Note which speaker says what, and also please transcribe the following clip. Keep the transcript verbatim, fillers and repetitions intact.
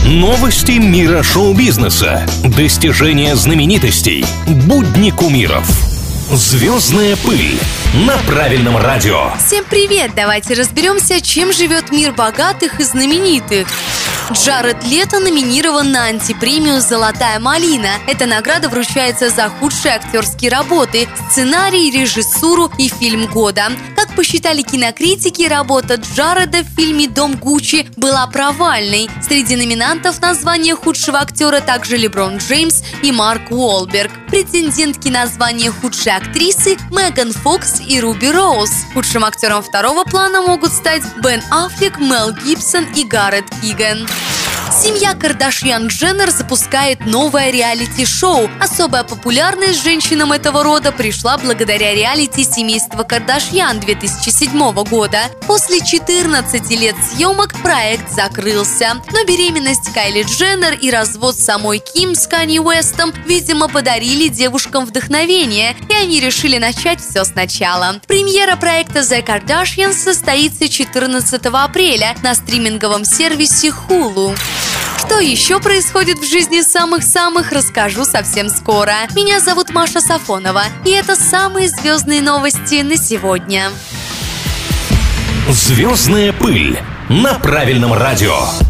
Speaker 1: Новости мира шоу-бизнеса, достижения знаменитостей, будни кумиров. «Звездная пыль» на правильном радио.
Speaker 2: Всем привет! Давайте разберемся, чем живет мир богатых и знаменитых. Джаред Лето номинирован на антипремию «Золотая малина». Эта награда вручается за худшие актерские работы, сценарий, режиссуру и фильм года. Как посчитали кинокритики, работа Джареда в фильме «Дом Гуччи» была провальной. Среди номинантов на звание худшего актера также Леброн Джеймс и Марк Уолберг. Претендентки на звание худшей актрисы Меган Фокс и Руби Роуз. Худшим актером второго плана могут стать Бен Аффлек, Мел Гибсон и Гаррет Киган. Семья Кардашьян-Дженнер запускает новое реалити-шоу. Особая популярность женщинам этого рода пришла благодаря реалити «Семейство Кардашьян» две тысячи седьмого года. После четырнадцати лет съемок проект закрылся. Но беременность Кайли Дженнер и развод самой Ким с Канье Уэстом, видимо, подарили девушкам вдохновение, и они решили начать все сначала. Премьера проекта The Kardashians состоится четырнадцатого апреля на стриминговом сервисе Hulu. Что еще происходит в жизни самых-самых, расскажу совсем скоро. Меня зовут Маша Сафонова, и это самые звездные новости на сегодня.
Speaker 1: «Звездная пыль» на правильном радио.